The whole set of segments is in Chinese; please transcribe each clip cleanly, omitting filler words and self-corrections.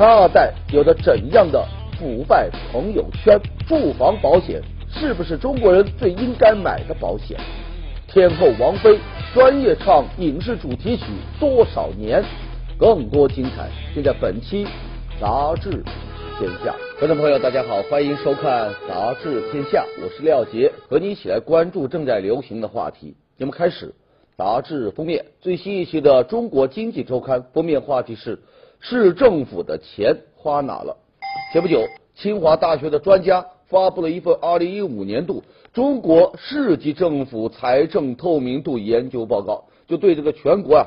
他二代有着怎样的腐败朋友圈？住房保险是不是中国人最应该买的保险？天后王菲专业唱影视主题曲多少年？更多精彩就在本期杂志天下。观众朋友大家好，欢迎收看杂志天下，我是廖杰，和你一起来关注正在流行的话题。节目开始，杂志封面最新一期的中国经济周刊封面话题是市政府的钱花哪了。前不久，清华大学的专家发布了一份2015年度中国市级政府财政透明度研究报告，就对这个全国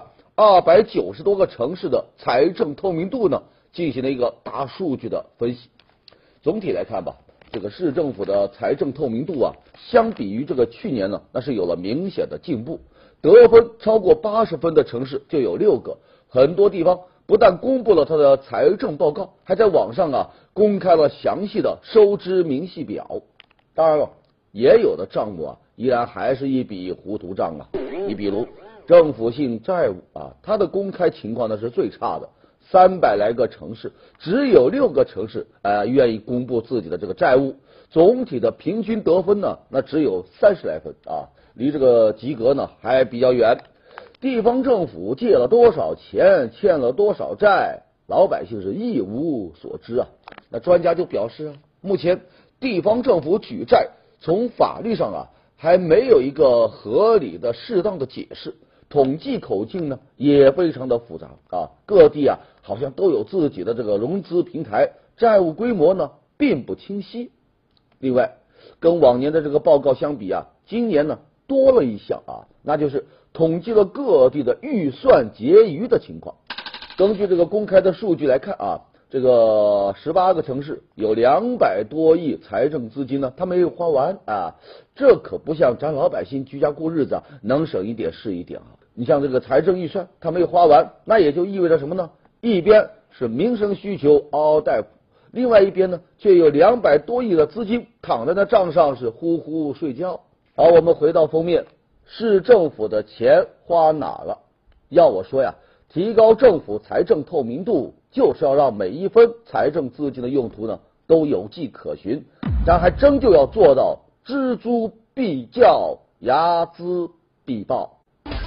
290多个城市的财政透明度呢进行了一个大数据的分析。总体来看吧，这个市政府的财政透明度相比于这个去年呢，那是有了明显的进步。得分超过80分的城市就有6个，很多地方不但公布了它的财政报告，还在网上公开了详细的收支明细表。当然了，也有的账目依然还是一笔糊涂账你比如政府性债务它的公开情况呢是最差的，300来个城市只有6个城市愿意公布自己的这个债务，总体的平均得分呢那只有30来分离这个及格呢还比较远。地方政府借了多少钱，欠了多少债，老百姓是一无所知那专家就表示目前地方政府举债从法律上还没有一个合理的适当的解释，统计口径呢也非常的复杂各地好像都有自己的这个融资平台，债务规模呢并不清晰。另外，跟往年的这个报告相比今年呢多了一项那就是统计了各地的预算结余的情况。根据这个公开的数据来看这个18个城市有200多亿财政资金呢，它没有花完这可不像咱老百姓居家过日子能省一点是一点你像这个财政预算它没有花完，那也就意味着什么呢？一边是民生需求嗷嗷待哺，另外一边呢却有200多亿的资金躺在那账上是呼呼睡觉。好，我们回到封面，市政府的钱花哪了？要我说提高政府财政透明度，就是要让每一分财政资金的用途呢都有迹可循，咱还真就要做到锱铢必较，睚眦必报。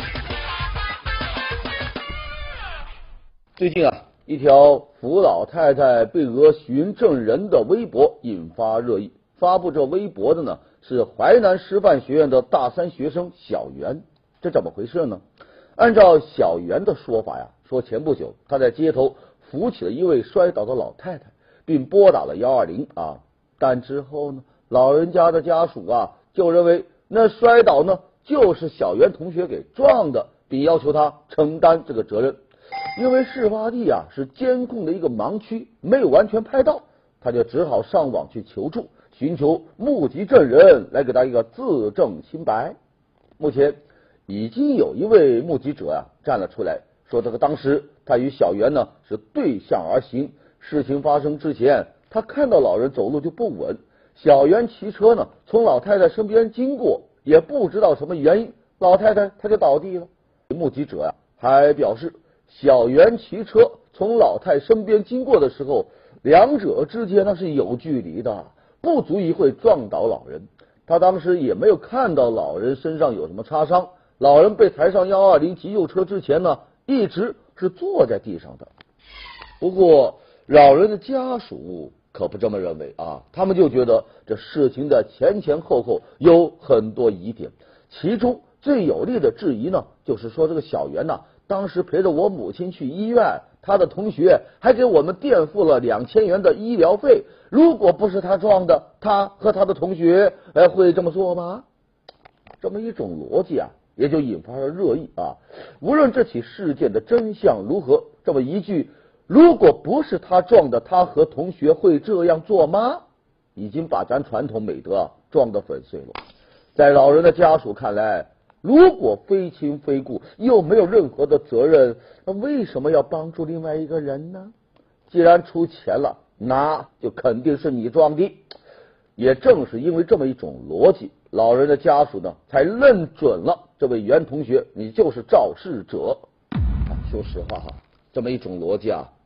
最近一条扶老太太被讹寻证人的微博引发热议，发布这微博的呢是淮南师范学院的大3学生小袁。这怎么回事呢？按照小袁的说法说前不久他在街头扶起了一位摔倒的老太太，并拨打了120但之后呢，老人家的家属就认为那摔倒呢就是小袁同学给撞的，并要求他承担这个责任。因为事发地是监控的一个盲区，没有完全拍到，他就只好上网去求助，寻求目击证人来给他一个自证清白。目前已经有一位目击者站了出来，说这个当时他与小袁呢是对向而行，事情发生之前他看到老人走路就不稳，小袁骑车呢从老太太身边经过，也不知道什么原因，老太太她就倒地了。目击者还表示，小袁骑车从老太身边经过的时候，两者之间那是有距离的，不足以会撞倒老人。他当时也没有看到老人身上有什么擦伤，老人被抬上120急救车之前呢，一直是坐在地上的。不过老人的家属可不这么认为他们就觉得这事情的前前后后有很多疑点，其中最有力的质疑呢，就是说这个小袁当时陪着我母亲去医院，他的同学还给我们垫付了2000元的医疗费，如果不是他撞的，他和他的同学会这么做吗？这么一种逻辑也就引发了热议无论这起事件的真相如何，这么一句如果不是他撞的，他和同学会这样做吗？已经把咱传统美德撞得粉碎了。在老人的家属看来，如果非亲非故，又没有任何的责任，那为什么要帮助另外一个人呢？既然出钱了，那就肯定是你撞的。也正是因为这么一种逻辑，老人的家属呢才认准了这位袁同学你就是肇事者。说实话这么一种逻辑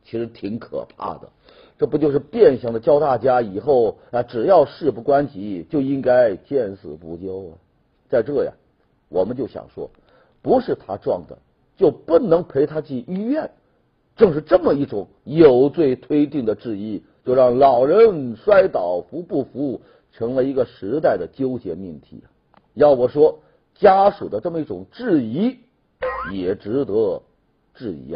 其实挺可怕的。这不就是变相的教大家以后只要事不关己就应该见死不救啊？在这呀，我们就想说，不是他撞的，就不能陪他去医院。正是这么一种有罪推定的质疑，就让老人摔倒扶不扶成了一个时代的纠结命题。要我说，家属的这么一种质疑也值得质疑啊。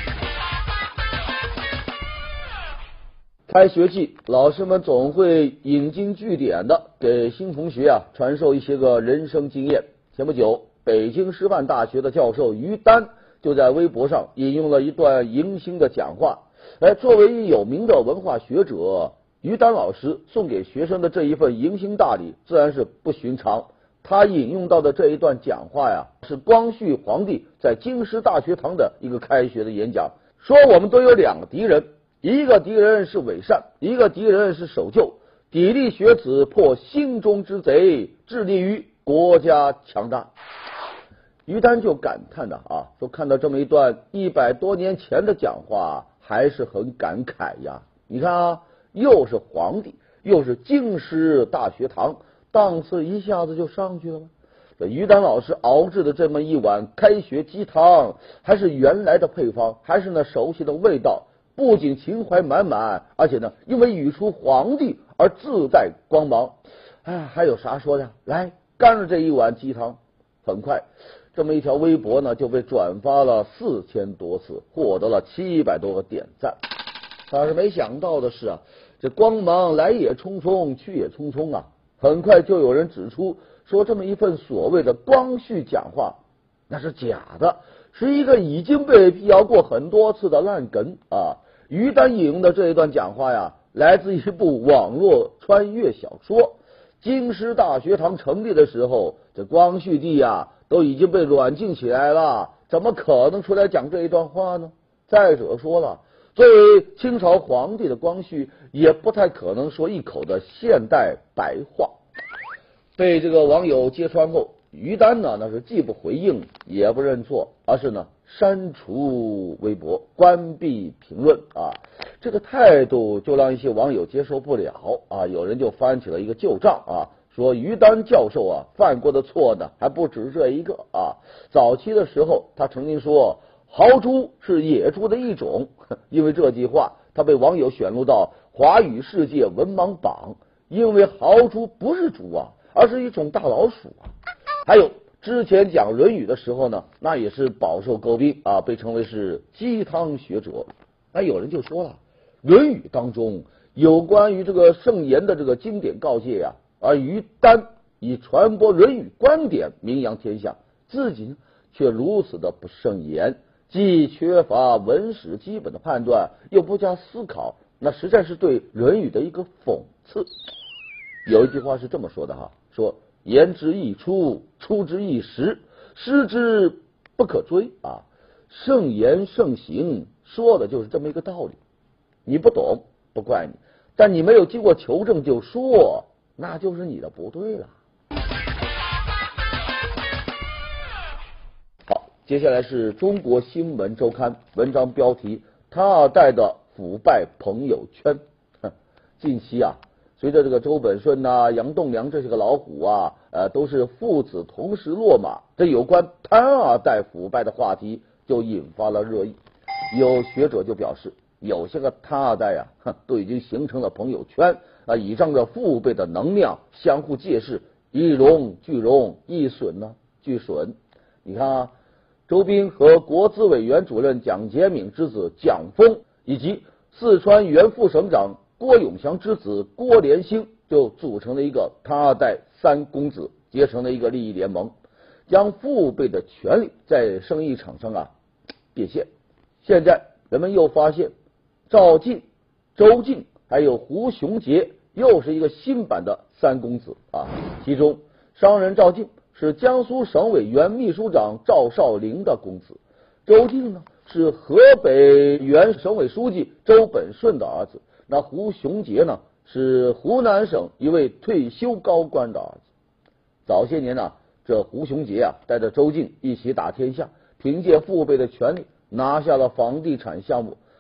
开学季，老师们总会引经据典的给新同学传授一些个人生经验。前不久，北京师范大学的教授于丹就在微博上引用了一段迎新的讲话。作为有名的文化学者，于丹老师送给学生的这一份迎新大礼自然是不寻常。他引用到的这一段讲话是光绪皇帝在京师大学堂的一个开学的演讲，说我们都有两个敌人，一个敌人是伪善，一个敌人是守旧。砥砺学子破心中之贼，致力于国家强大。于丹就感叹的说看到这么一段100多年前的讲话，还是很感慨呀。你看又是皇帝，又是京师大学堂，档次一下子就上去了吗？这于丹老师熬制的这么一碗开学鸡汤，还是原来的配方，还是那熟悉的味道，不仅情怀满满，而且呢，因为语出皇帝而自带光芒。还有啥说的？来，干了这一碗鸡汤。很快，这么一条微博呢就被转发了4000多次，获得了700多个点赞。但是没想到的是这光芒来也匆匆，去也匆匆很快就有人指出说，这么一份所谓的光绪讲话那是假的，是一个已经被辟谣过很多次的烂梗于丹引用的这一段讲话来自一部网络穿越小说。京师大学堂成立的时候，这光绪帝都已经被软禁起来了，怎么可能出来讲这一段话呢？再者说了，作为清朝皇帝的光绪，也不太可能说一口的现代白话。被这个网友揭穿后，于丹呢那是既不回应也不认错，而是呢删除微博，关闭评论这个态度就让一些网友接受不了有人就翻起了一个旧账说于丹教授犯过的错呢还不止这一个早期的时候他曾经说豪猪是野猪的一种，因为这句话他被网友选入到华语世界文盲榜，因为豪猪不是猪而是一种大老鼠还有之前讲论语的时候呢，那也是饱受诟病被称为是鸡汤学者。那有人就说了，论语当中有关于这个圣言的这个经典告诫而于丹以传播论语观点名扬天下，自己却如此的不圣言，既缺乏文史基本的判断，又不加思考，那实在是对论语的一个讽刺。有一句话是这么说的说言之易出，出之易实，失之不可追圣言圣行，说的就是这么一个道理。你不懂不怪你，但你没有经过求证就说，那就是你的不对了。好，接下来是中国新闻周刊文章标题：他二代的腐败朋友圈。近期随着这个周本顺杨栋梁这些个老虎都是父子同时落马，这有关贪二代腐败的话题就引发了热议。有学者就表示，有些个贪二代都已经形成了朋友圈倚仗着父辈的能量相互借势，一荣俱荣，一损俱损。你看周斌和国资委员主任蒋洁敏之子蒋峰，以及四川原副省长郭永祥之子郭连兴就组成了一个贪二代三公子，结成了一个利益联盟，将父辈的权利在生意场上变现。现在人们又发现赵晋、周晋还有胡雄杰又是一个新版的三公子其中商人赵晋是江苏省委原秘书长赵少林的公子，周晋呢是河北原省委书记周本顺的儿子，那胡雄杰呢是湖南省一位退休高官的儿子。早些年这胡雄杰带着周晋一起打天下，凭借父辈的权力拿下了房地产项目，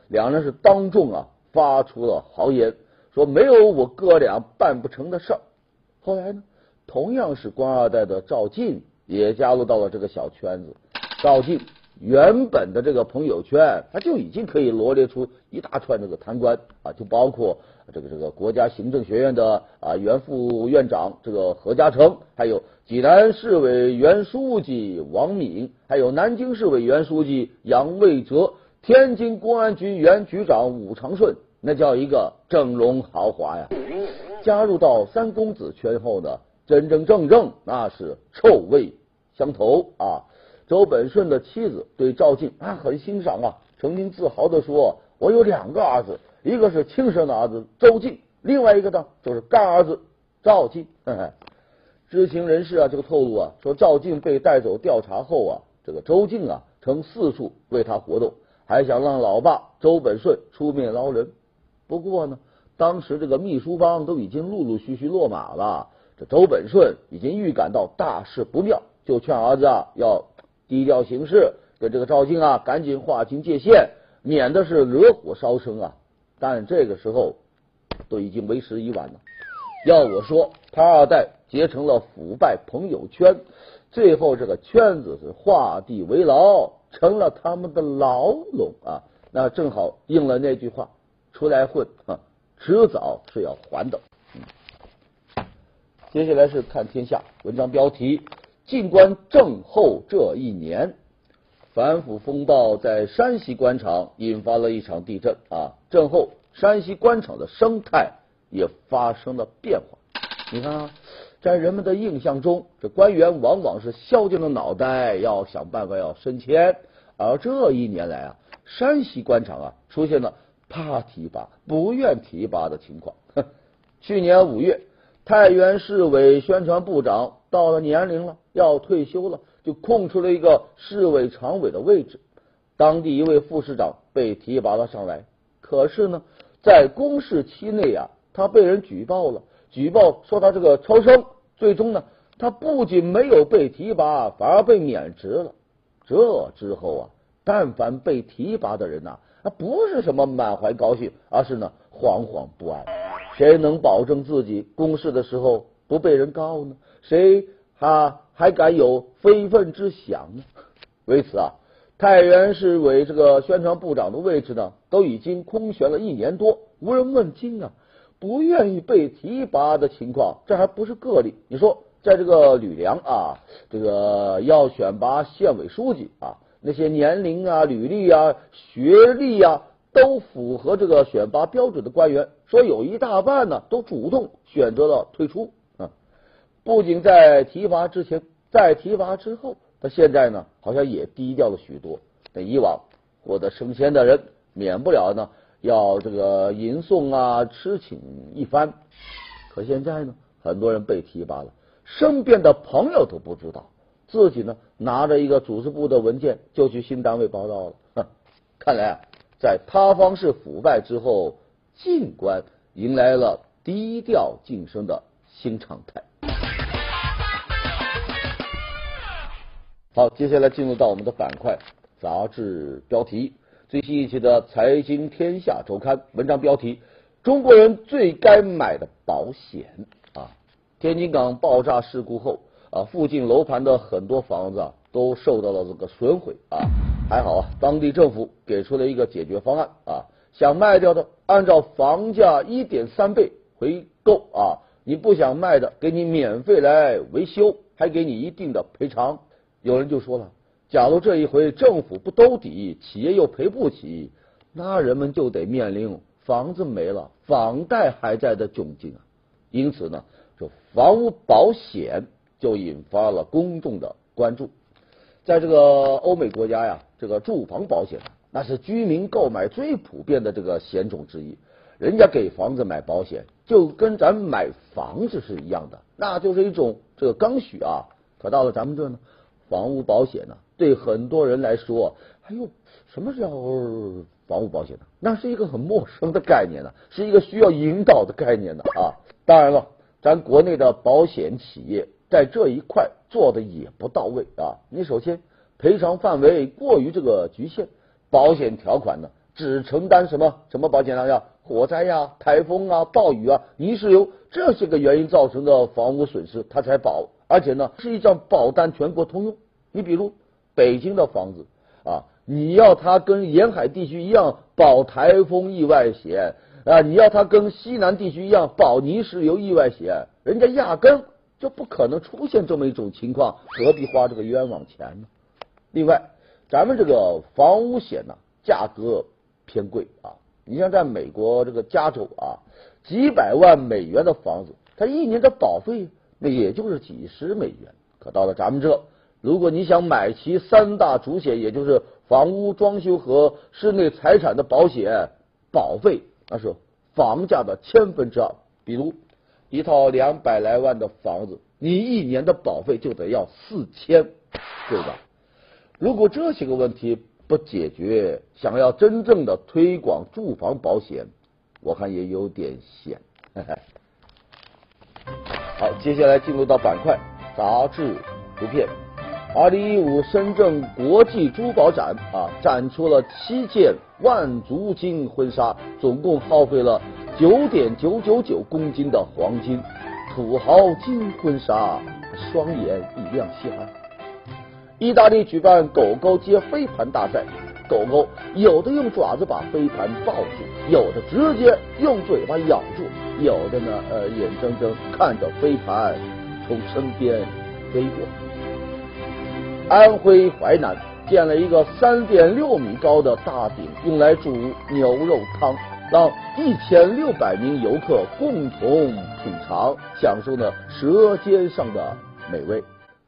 两人是当众发出了豪言，说没有我哥俩办不成的事儿。后来呢，同样是官二代的赵晋也加入到了这个小圈子。赵晋原本的这个朋友圈，他就已经可以罗列出一大串这个贪官就包括这个国家行政学院的原副院长这个何家成，还有济南市委原书记王敏，还有南京市委原书记杨卫哲，天津公安局原局长武长顺，那叫一个整容豪华呀。加入到三公子圈后呢，真正那是臭味相投周本顺的妻子对赵晋很欣赏曾经自豪地说，我有2个儿子，一个是亲生的儿子周晋，另外一个呢就是干儿子赵晋。知情人士就透露说赵晋被带走调查后这个周晋曾四处为他活动，还想让老爸周本顺出面捞人。不过呢，当时这个秘书帮都已经陆续落马了，这周本顺已经预感到大事不妙，就劝儿子要低调行事，跟这个赵晋赶紧划清界限，免得是惹火烧身但这个时候都已经为时已晚了。要我说，他二代结成了腐败朋友圈，最后这个圈子是画地为牢，成了他们的牢笼那正好应了那句话，出来混迟早是要还的。接下来是看天下文章标题，静观政后这一年。反腐风暴在山西官场引发了一场地震政后山西官场的生态也发生了变化。你看在人们的印象中，这官员往往是削尖了脑袋要想办法要升迁，而这一年来山西官场出现了怕提拔不愿提拔的情况。去年5月，太原市委宣传部长到了年龄了，要退休了，就空出了一个市委常委的位置。当地一位副市长被提拔了上来，可是呢，在公示期内他被人举报了，举报说他这个超生，最终呢，他不仅没有被提拔，反而被免职了。这之后但凡被提拔的人不是什么满怀高兴，而是呢惶惶不安。谁能保证自己公示的时候不被人告呢？谁还敢有非分之想呢？为此太原市委这个宣传部长的位置呢，都已经空悬了1年多，无人问津不愿意被提拔的情况，这还不是个例。你说在这个吕梁这个要选拔县委书记那些年龄履历学历都符合这个选拔标准的官员，说有一大半呢都主动选择了退出不仅在提拔之前，在提拔之后，他现在呢好像也低调了许多。那以往获得升迁的人免不了呢要这个吟诵吃请一番，可现在呢很多人被提拔了，身边的朋友都不知道，自己呢拿着一个组织部的文件就去新单位报道了。看来在塌方式腐败之后，静观迎来了低调晋升的新常态。好，接下来进入到我们的板块杂志标题。最新一期的财经天下周刊文章标题，中国人最该买的保险天津港爆炸事故后附近楼盘的很多房子都受到了这个损毁还好当地政府给出了一个解决方案想卖掉的按照房价 1.3 倍回购你不想卖的给你免费来维修，还给你一定的赔偿。有人就说了，假如这一回政府不兜底，企业又赔不起，那人们就得面临房子没了房贷还在的窘境因此呢，这房屋保险就引发了公众的关注。在这个欧美国家这个住房保险那是居民购买最普遍的这个险种之一。人家给房子买保险就跟咱买房子是一样的，那就是一种这个刚需可到了咱们这呢，房屋保险对很多人来说什么叫房屋保险那是一个很陌生的概念是一个需要引导的概念当然了，咱国内的保险企业在这一块做的也不到位你首先赔偿范围过于这个局限，保险条款只承担什么保险呀？火灾呀、台风啊、暴雨啊、泥石流这些个原因造成的房屋损失，它才保。而且呢，是一张保单全国通用。你比如北京的房子啊，你要它跟沿海地区一样保台风意外险啊，你要它跟西南地区一样保泥石流意外险，人家压根就不可能出现这么一种情况，何必花这个冤枉钱呢？另外，咱们这个房屋险呢，价格偏贵啊。你像在美国这个加州啊，几百万美元的房子，它一年的保费那也就是几十美元。可到了咱们这，如果你想买齐3大主险，也就是房屋装修和室内财产的保险，保费那是房价的2/1000。比如一套200来万的房子，你一年的保费就得要4000，对吧？如果这些个问题不解决，想要真正的推广住房保险，我看也有点险。好，接下来进入到板块杂志图片。2015深圳国际珠宝展啊，展出了7件万足金婚纱，总共耗费了9.999公斤的黄金，土豪金婚纱，双眼一亮稀罕。意大利举办狗狗接飞盘大赛，狗狗有的用爪子把飞盘抱住，有的直接用嘴巴咬住，有的呢眼睁睁看着飞盘从身边飞过。安徽淮南建了一个3.6米高的大鼎，用来煮牛肉汤，让1600名游客共同品尝，享受呢舌尖上的美味。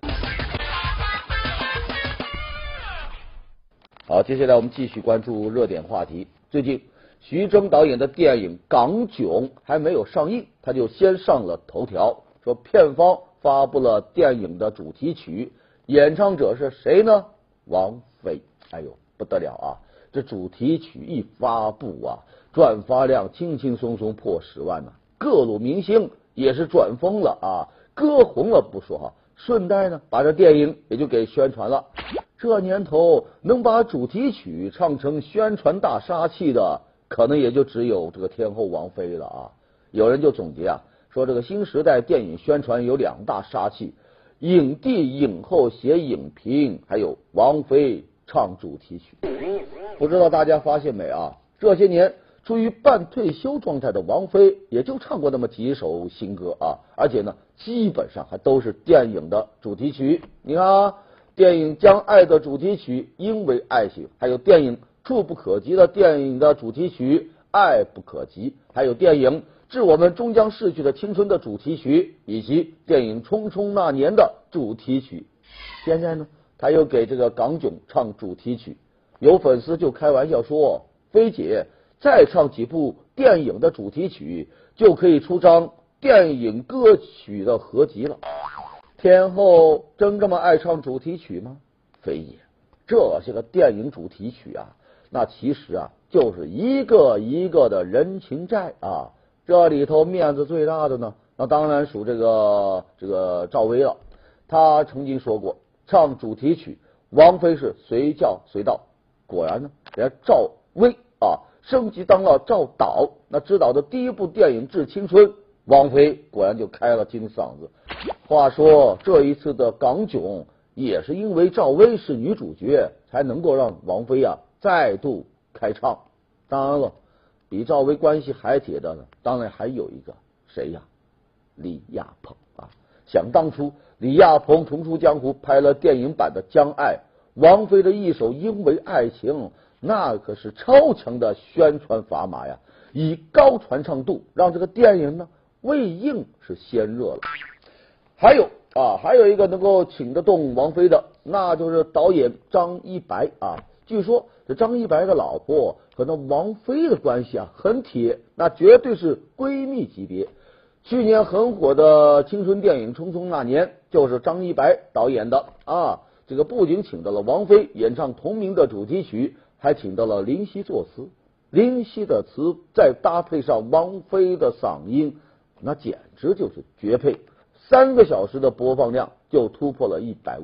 好，接下来我们继续关注热点话题。最近徐峥导演的电影《港囧》还没有上映，他就先上了头条，说片方发布了电影的主题曲，演唱者是谁呢？王菲。哎呦，不得了啊！这主题曲一发布啊，转发量轻轻松松破10万呢，各路明星也是转疯了啊，歌红了不说哈，顺带呢把这电影也就给宣传了。这年头能把主题曲唱成宣传大杀器的，可能也就只有这个天后王菲了啊。有人就总结啊，说这个新时代电影宣传有2大杀器，影帝影后写影评，还有王菲唱主题曲。不知道大家发现没啊，这些年处于半退休状态的王菲也就唱过那么几首新歌啊，而且呢基本上还都是电影的主题曲。你看啊，电影《将爱》的主题曲《因为爱情》，还有电影《触不可及》的电影的主题曲《爱不可及》，还有电影《致我们终将逝去的青春》的主题曲，以及电影《匆匆那年》的主题曲。现在呢，他又给这个港囧唱主题曲，有粉丝就开玩笑说，菲姐再唱几部电影的主题曲，就可以出张电影歌曲的合集了。天后真这么爱唱主题曲吗？非也，这些个电影主题曲啊，那其实啊就是一个一个的人情债啊。这里头面子最大的呢，那当然属这个赵薇了。她曾经说过，唱主题曲王菲是随叫随到。果然呢，人家赵薇啊升级当了赵导，那执导的第1部电影《致青春》，王菲果然就开了金嗓子。话说这一次的港囧也是因为赵薇是女主角，才能够让王菲啊再度开唱。当然了，比赵薇关系还铁的呢，当然还有一个谁呀？李亚鹏啊！想当初李亚鹏重出江湖，拍了电影版的《将爱》，王菲的一首《因为爱情》，那可是超强的宣传砝码呀，以高传唱度让这个电影呢未映是先热了。还有一个能够请得动王菲的，那就是导演张一白啊。据说这张一白的老婆和那王菲的关系啊很铁，那绝对是闺蜜级别。去年很火的青春电影《匆匆那年》就是张一白导演的啊。这个不仅请到了王菲演唱同名的主题曲，还请到了林夕作词，林夕的词再搭配上王菲的嗓音，那简直就是绝配。3个小时的播放量就突破了100万，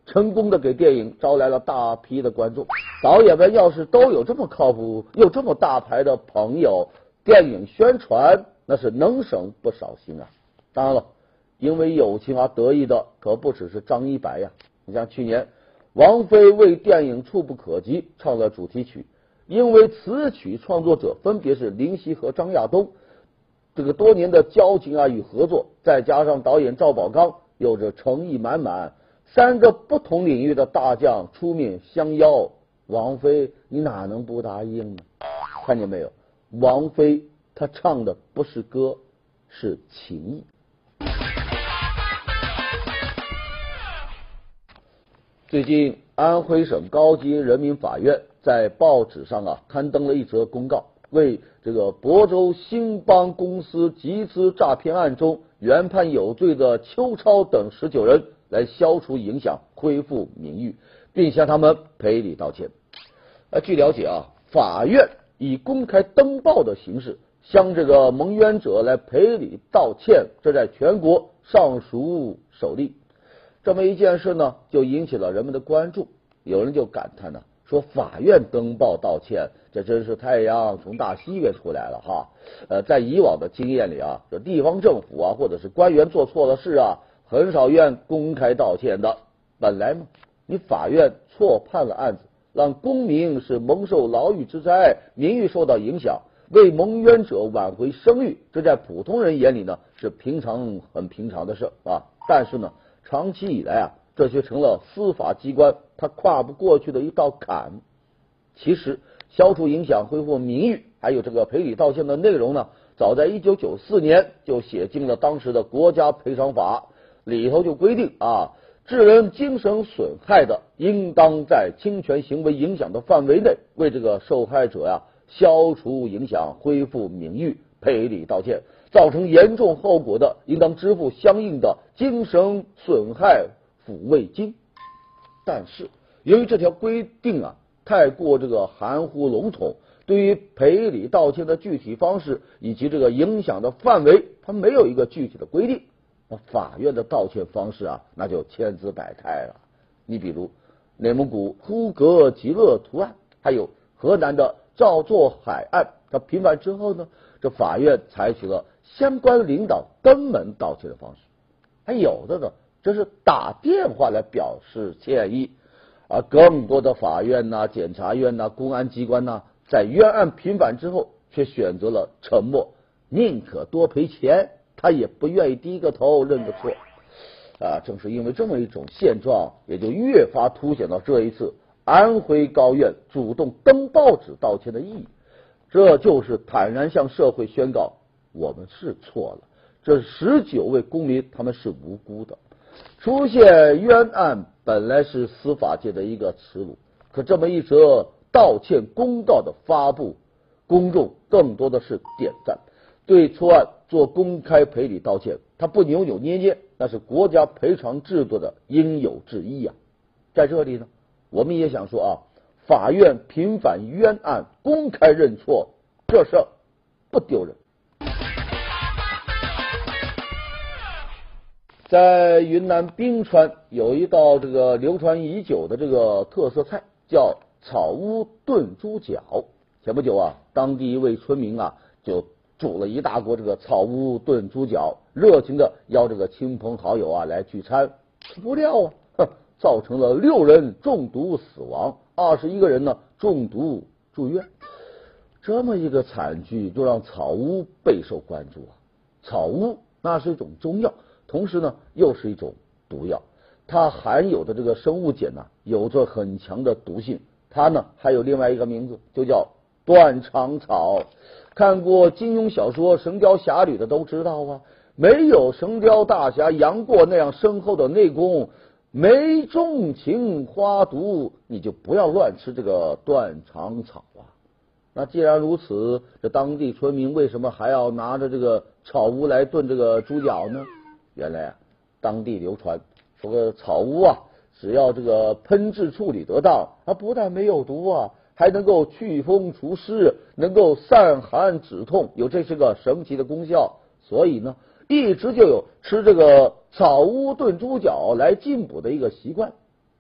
成功的给电影招来了大批的观众。导演们要是都有这么靠谱、有这么大牌的朋友，电影宣传那是能省不少心啊。当然了，因为友情而得意的可不只是张一白呀。你像去年，王菲为电影《触不可及》唱了主题曲，因为词曲创作者分别是林夕和张亚东，这个多年的交情与合作，再加上导演赵宝刚有着诚意满满，三个不同领域的大将出面相邀，王菲你哪能不答应呢？看见没有，王菲她唱的不是歌，是情谊。最近，安徽省高级人民法院在报纸上刊登了一则公告，为这个亳州兴邦公司集资诈骗案中原判有罪的邱超等19人来消除影响，恢复名誉，并向他们赔礼道歉。据了解法院以公开登报的形式向这个蒙冤者来赔礼道歉，这在全国尚属首例。这么一件事呢，就引起了人们的关注。有人就感叹说法院登报道歉，这真是太阳从大西边出来了哈。在以往的经验里这地方政府或者是官员做错了事很少愿公开道歉的。本来嘛，你法院错判了案子，让公民是蒙受牢狱之灾，名誉受到影响，为蒙冤者挽回声誉，这在普通人眼里呢是很平常的事但是呢，长期以来这却成了司法机关他跨不过去的一道坎。其实消除影响、恢复名誉还有这个赔礼道歉的内容呢，早在1994年就写进了当时的国家赔偿法里头，就规定致人精神损害的，应当在侵权行为影响的范围内，为这个受害者消除影响、恢复名誉、赔礼道歉；造成严重后果的，应当支付相应的精神损害抚慰金。但是由于这条规定太过这个含糊笼统，对于赔礼道歉的具体方式以及这个影响的范围，它没有一个具体的规定。那法院的道歉方式那就千姿百态了。你比如内蒙古呼格吉勒图案，还有河南的赵作海案，它平反之后呢，这法院采取了相关领导登门道歉的方式，还有的呢，这是打电话来表示歉意。而更多的法院检察院公安机关在冤案平反之后却选择了沉默，宁可多赔钱，他也不愿意低个头认个错。正是因为这么一种现状，也就越发凸显了这一次安徽高院主动登报纸道歉的意义。这就是坦然向社会宣告，我们是错了，这19位公民他们是无辜的。出现冤案本来是司法界的一个耻辱，可这么一则道歉公告的发布，公众更多的是点赞，对错案做公开赔礼道歉，他不扭扭捏捏，那是国家赔偿制度的应有之义在这里呢，我们也想说法院平反冤案公开认错，这事不丢人。在云南冰川有一道这个流传已久的这个特色菜，叫草乌炖猪脚。前不久当地一位村民就煮了一大锅这个草乌炖猪脚，热情的邀这个亲朋好友来聚餐。不料造成了6人中毒死亡，21个人呢中毒住院。这么一个惨剧就让草乌备受关注草乌那是一种中药，同时呢又是一种毒药，它含有的这个生物碱有着很强的毒性，它呢还有另外一个名字，就叫断肠草。看过金庸小说《神雕侠侣》的都知道没有神雕大侠杨过那样深厚的内功，没重情花毒，你就不要乱吃这个断肠草那既然如此，这当地村民为什么还要拿着这个草乌来炖这个猪脚呢？原来当地流传说个草乌只要这个喷制处理得当，它不但没有毒还能够祛风除湿，能够散寒止痛，有这是个神奇的功效。所以呢，一直就有吃这个草乌炖猪脚来进补的一个习惯。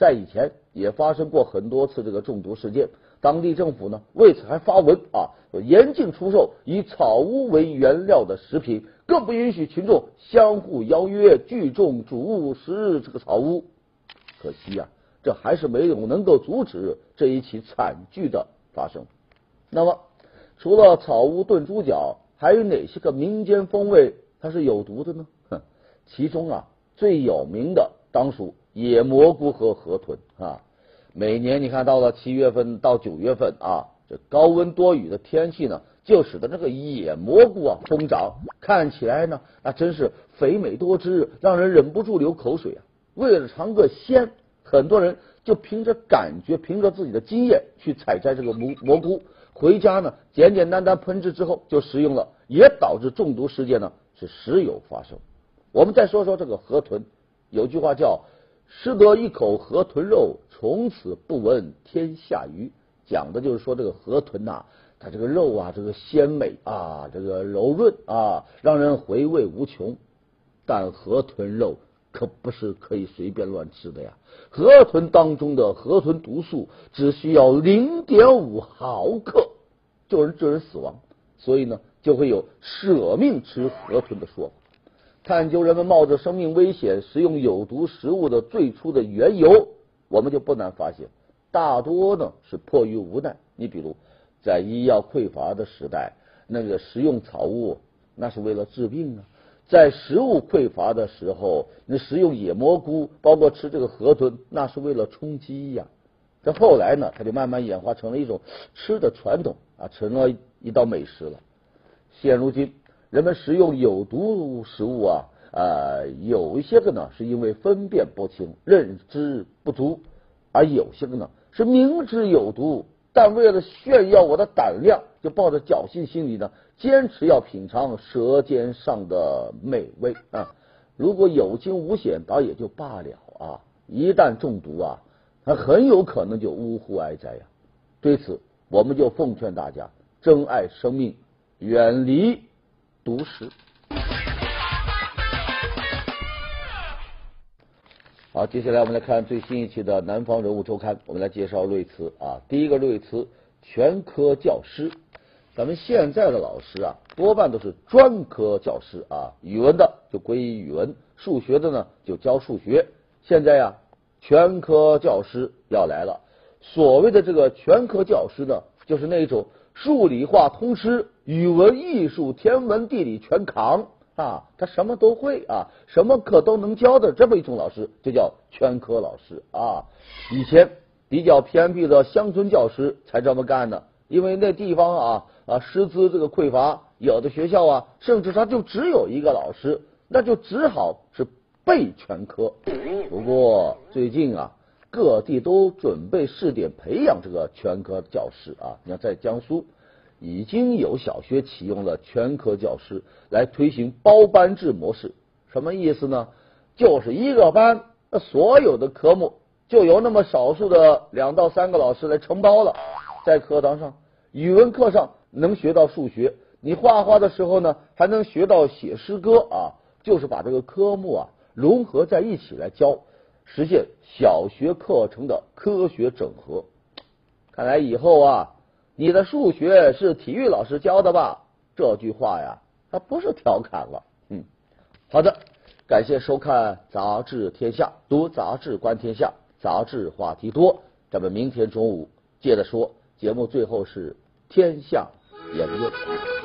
在以前也发生过很多次这个中毒事件，当地政府呢为此还发文严禁出售以草乌为原料的食品，更不允许群众相互邀约聚众主物食这个草乌。可惜这还是没有能够阻止这一起惨剧的发生。那么除了草乌炖猪脚，还有哪些个民间风味它是有毒的呢？其中最有名的当属野蘑菇和河豚每年你看到了7月份到9月份这高温多雨的天气呢，就使得这个野蘑菇疯长，看起来呢真是肥美多汁，让人忍不住流口水为了尝个鲜，很多人就凭着感觉，凭着自己的经验去采摘这个蘑菇，回家呢简简单单烹制之后就食用了，也导致中毒事件呢是时有发生。我们再说说这个河豚，有句话叫吃得一口河豚肉，从此不闻天下鱼，讲的就是说这个河豚它这个肉这个鲜美这个柔润让人回味无穷。但河豚肉可不是可以随便乱吃的呀，河豚当中的河豚毒素只需要 0.5 毫克就能致人死亡，所以呢就会有舍命吃河豚的说法。探究人们冒着生命危险食用有毒食物的最初的缘由，我们就不难发现，大多呢是迫于无奈。你比如在医药匮乏的时代，那个食用草物那是为了治病在食物匮乏的时候，那食用野蘑菇，包括吃这个河豚，那是为了充饥这后来呢，它就慢慢演化成了一种吃的传统成了一道美食了。现如今，人们食用有毒食物有一些个呢是因为分辨不清、认知不足，而有些个呢是明知有毒，但为了炫耀我的胆量，就抱着侥幸心理呢，坚持要品尝舌尖上的美味如果有惊无险倒也就罢了一旦中毒它很有可能就呜呼哀哉对此，我们就奉劝大家珍爱生命，远离毒食。好，接下来我们来看最新一期的南方人物周刊，我们来介绍类词第一个类词全科教师。咱们现在的老师多半都是专科教师语文的就归语文，数学的呢就教数学。现在全科教师要来了。所谓的这个全科教师呢，就是那种数理化通吃，语文艺术天文地理全扛他什么都会什么课都能教的这么一种老师，就叫全科老师以前比较偏僻的乡村教师才这么干呢，因为那地方师资这个匮乏，有的学校甚至他就只有一个老师，那就只好是备全科。不过最近各地都准备试点培养这个全科教师你看在江苏已经有小学启用了全科教师，来推行包班制模式。什么意思呢？就是一个班所有的科目就由那么少数的2到3个老师来承包了。在课堂上，语文课上能学到数学，你画画的时候呢还能学到写诗歌就是把这个科目融合在一起来教，实现小学课程的科学整合。看来以后你的数学是体育老师教的吧？这句话它不是调侃了。好的，感谢收看杂志天下，读杂志观天下，杂志话题多，咱们明天中午接着说。节目最后是天下言论。